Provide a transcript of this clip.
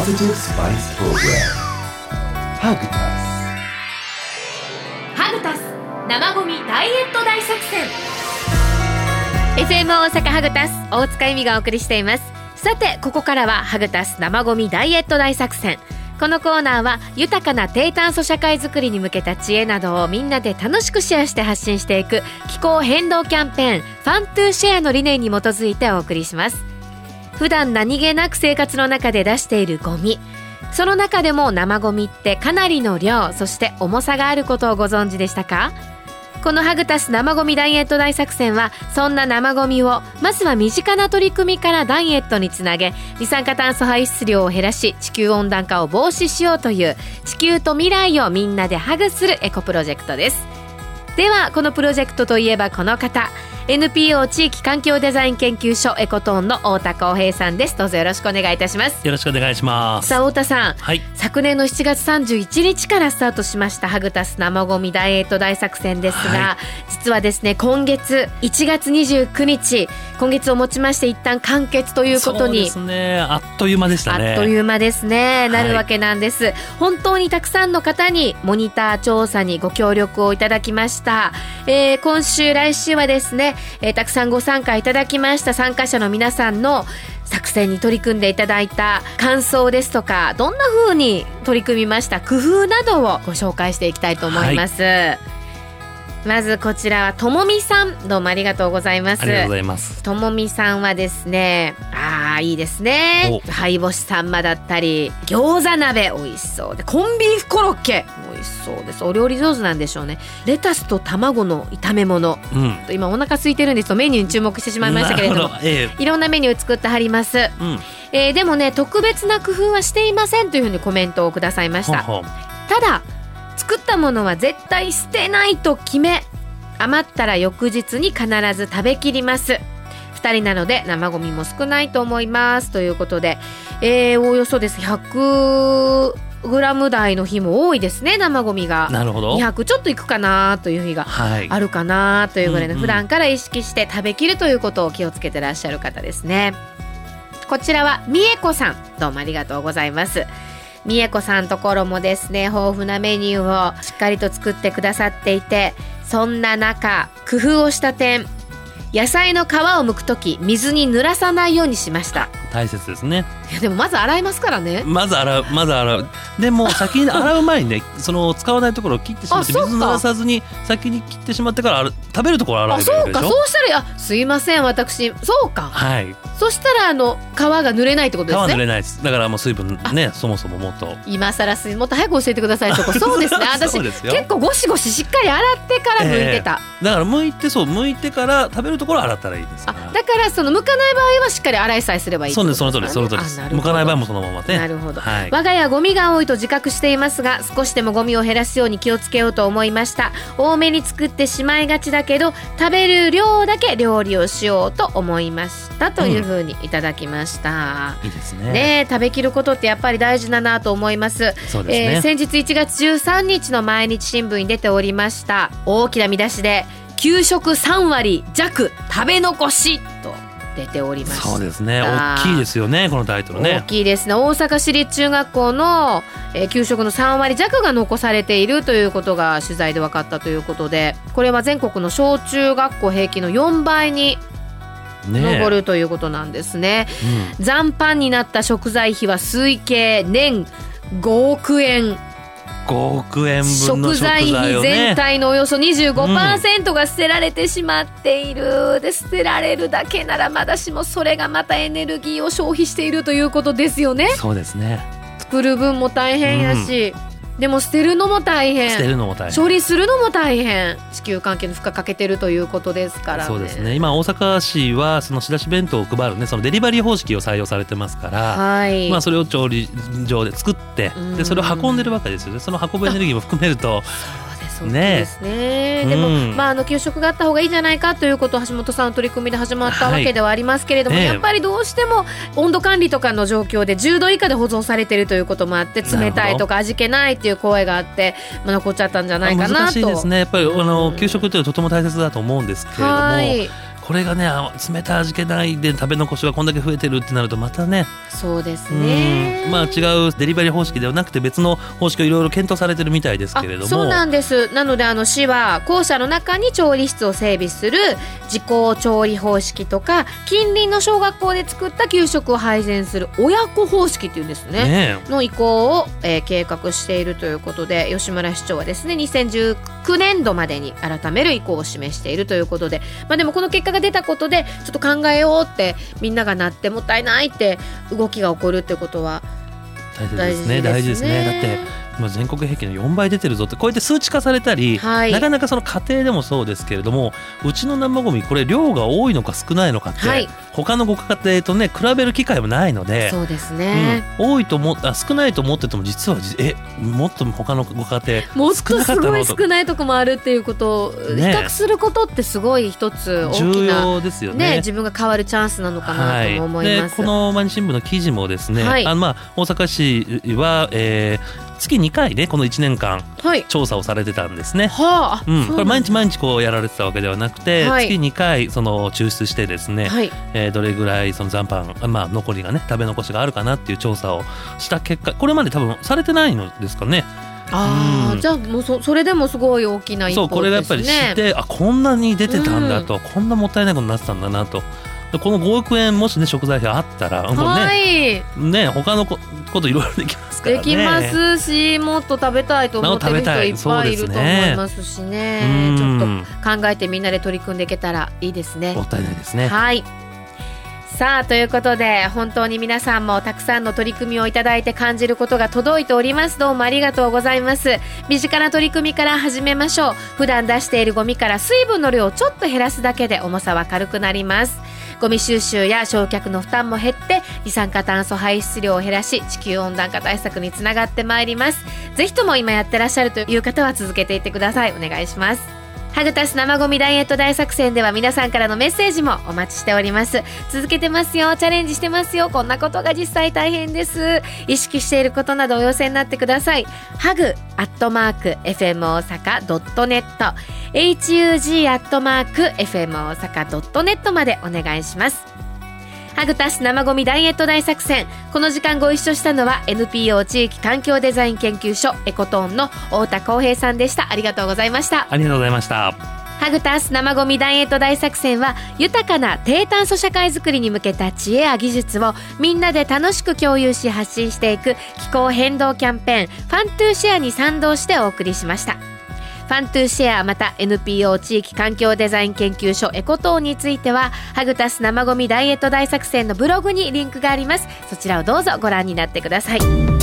Positive Spice Program ハグタス生ゴミダイエット大作戦。 FM 大阪ハグタス大塚由美がお送りしています。さてここからはハグタス生ゴミダイエット大作戦。このコーナーは豊かな低炭素社会づくりに向けた知恵などをみんなで楽しくシェアして発信していく気候変動キャンペーンファントゥーシェアの理念に基づいてお送りします。普段何気なく生活の中で出しているゴミ、その中でも生ゴミってかなりの量、そして重さがあることをご存知でしたか？このハグタス生ゴミダイエット大作戦はそんな生ゴミをまずは身近な取り組みからダイエットにつなげ、二酸化炭素排出量を減らし地球温暖化を防止しようという地球と未来をみんなでハグするエコプロジェクトです。ではこのプロジェクトといえばこの方、 NPO 地域環境デザイン研究所エコトーンの太田光平さんです。どうぞよろしくお願いいたします。 よろしくお願いします。 さあ太田さん、 はい、 昨年の7月31日からスタートしましたハグタス生ゴミダイエット大作戦ですが、 はい、 実はですね今月1月29日今月をもちまして一旦完結ということに、 そうですね、あっという間でしたね。 あっという間ですね、なるわけなんです、本当にたくさんの方にモニター調査にご協力をいただきました。今週来週はですね、たくさんご参加いただきました参加者の皆さんの作戦に取り組んでいただいた感想ですとか、どんな風に取り組みました工夫などをご紹介していきたいと思います、まずこちらはともみさん、どうもありがとうございます。 ありがとうございます。 ともみさんはですね、いいですね、灰干しサンマだったり餃子鍋美味しそうで、コンビーフコロッケ美味しそうです。お料理上手なんでしょうね。レタスと卵の炒め物、今お腹空いてるんですとメニューに注目してしまいましたけれども、いろんなメニュー作ってはります、でもね特別な工夫はしていませんというふうにコメントをくださいました。ただ作ったものは絶対捨てないと決め、余ったら翌日に必ず食べきります。2人なので生ゴミも少ないと思いますということで、おおよそです100グラム台の日も多いですね、生ゴミが。 なるほど。 200ちょっといくかなという日があるかなというぐらいの、普段から意識して食べきるということを気をつけてらっしゃる方ですね。こちらはみえこさん、どうもありがとうございます。みえこさんところもですね豊富なメニューをしっかりと作ってくださっていて、そんな中工夫をした点、野菜の皮を剥くとき水に濡らさないようにしました。 大切ですね。 いやでもまず洗いますからね。 まず洗う。でも先に洗う前にねその使わないところを切ってしまって水濡らさずに先に切ってしまってから食べるところを洗えばいいでしょ。 そうしたらすいません私そうか、 はい、 そしたら皮が濡れないってことですね。 皮濡れないです。だからもう水分ねそもそももっと今更もっと早く教えてくださいとかそうですね私結構ゴシゴシしっかり洗ってから剥いてた、 だから剥いてから食べるところを洗ったらいいですから。 だから剥かない場合はしっかり洗いさえすればいいってことですかね。 その通りです。剥かない場合もそのままね。 なるほど、我が家ゴミが多いと自覚していますが、少しでもゴミを減らすように気をつけようと思いました。多めに作ってしまいがちだけど食べる量だけ料理をしようと思いましたというふうにいただきました、 いいですね。 食べきることってやっぱり大事だなと思います。 そうですね。 先日1月13日の毎日新聞に出ておりました大きな見出しで給食3割弱食べ残しと出ておりました。 そうですね、大きいですよねこのタイトルね。 大きいですね。大阪市立中学校の、給食の3割弱が残されているということが取材で分かったということで、これは全国の小中学校平均の4倍に上るということなんですね、残飯になった食材費は推計年5億円。 5億円分の食材をね、 食材費全体のおよそ 25% が捨てられてしまっている、で捨てられるだけならまだしもそれがまたエネルギーを消費しているということですよね。 そうですね。 作る分も大変やし、でも捨てるのも大変、処理するのも大変、地球環境に負荷かけてるということですからね。 そうですね。今大阪市はその仕出し弁当を配るね、そのデリバリー方式を採用されてますから、それを調理場で作って、でそれを運んでるわけですよね。その運ぶエネルギーも含めるとそうですね。でも、給食があった方がいいじゃないかということを橋本さんの取り組みで始まったわけではありますけれども、やっぱりどうしても温度管理とかの状況で10度以下で保存されているということもあって、冷たいとか味気ないっていう声があって、残っちゃったんじゃないかなと。 難しいですね。やっぱり給食っていうのはとても大切だと思うんですけれども、ここれがね冷たい味気ないで食べ残しがこんだけ増えてるってなるとまたねそうですね、 まあ違うデリバリー方式ではなくて別の方式をいろいろ検討されてるみたいですけれども。 そうなんです。なので市は校舎の中に調理室を整備する自校調理方式とか近隣の小学校で作った給食を配膳する親子方式っていうんですねの移行を、計画しているということで吉村市長はですね2019年度までに改める意向を示しているということで、でもこの結果が出たことでちょっと考えようってみんながなってもったいないって動きが起こるってことは大事ですね。だって今全国平均の4倍出てるぞってこうやって数値化されたり、なかなかその家庭でもそうですけれどもうちの生ゴミこれ量が多いのか少ないのかって、他のご家庭とね比べる機会もないのでそうですね、 多いと少ないと思ってても実はもっと他のご家庭もっとすごい少ないとこもあるっていうことを比較することってすごい一つ大きな、 重要ですよね。 自分が変わるチャンスなのかなと思います。 でこの毎日新聞の記事もですね、大阪市は、月2回ねこの1年間調査をされてたんですね、これ毎日こうやられてたわけではなくて、月2回その抽出してですね、どれぐらいその残飯、残りがね食べ残しがあるかなっていう調査をした結果これまで多分されてないのですかね。 じゃあもうそれでもすごい大きな一歩ですね。 これがやっぱり知ってこんなに出てたんだと、こんなもったいないことになってたんだなと。この5億円もしね食材費あったら他のこといろいろできますからね。できますしもっと食べたいと思ってる人いっぱいいると思いますしね。ちょっと考えてみんなで取り組んでいけたらいいですね。 もったいないですね。 さあということで本当に皆さんもたくさんの取り組みをいただいて感じることが届いております。どうもありがとうございます。身近な取り組みから始めましょう。普段出しているゴミから水分の量をちょっと減らすだけで重さは軽くなります。ゴミ収集や焼却の負担も減って二酸化炭素排出量を減らし地球温暖化対策につながってまいります。ぜひとも今やってらっしゃるという方は続けていってください。お願いします。ハグタス生ゴミダイエット大作戦では皆さんからのメッセージもお待ちしております。続けてますよ、チャレンジしてますよ、こんなことが実際大変です、意識していることなどお寄せになってください。hug@fm大阪.net hug@fm大阪.net までお願いします。ハグタス生ゴミダイエット大作戦、この時間ご一緒したのは NPO 地域環境デザイン研究所エコトーンの太田光平さんでした。ありがとうございました。 ありがとうございました。 ハグタス生ゴミダイエット大作戦は豊かな低炭素社会づくりに向けた知恵や技術をみんなで楽しく共有し発信していく気候変動キャンペーンファントゥーシェアに賛同してお送りしました。ファントゥーシェアまた NPO 地域環境デザイン研究所エコトーンについてはハグタス生ゴミダイエット大作戦のブログにリンクがあります。そちらをどうぞご覧になってください。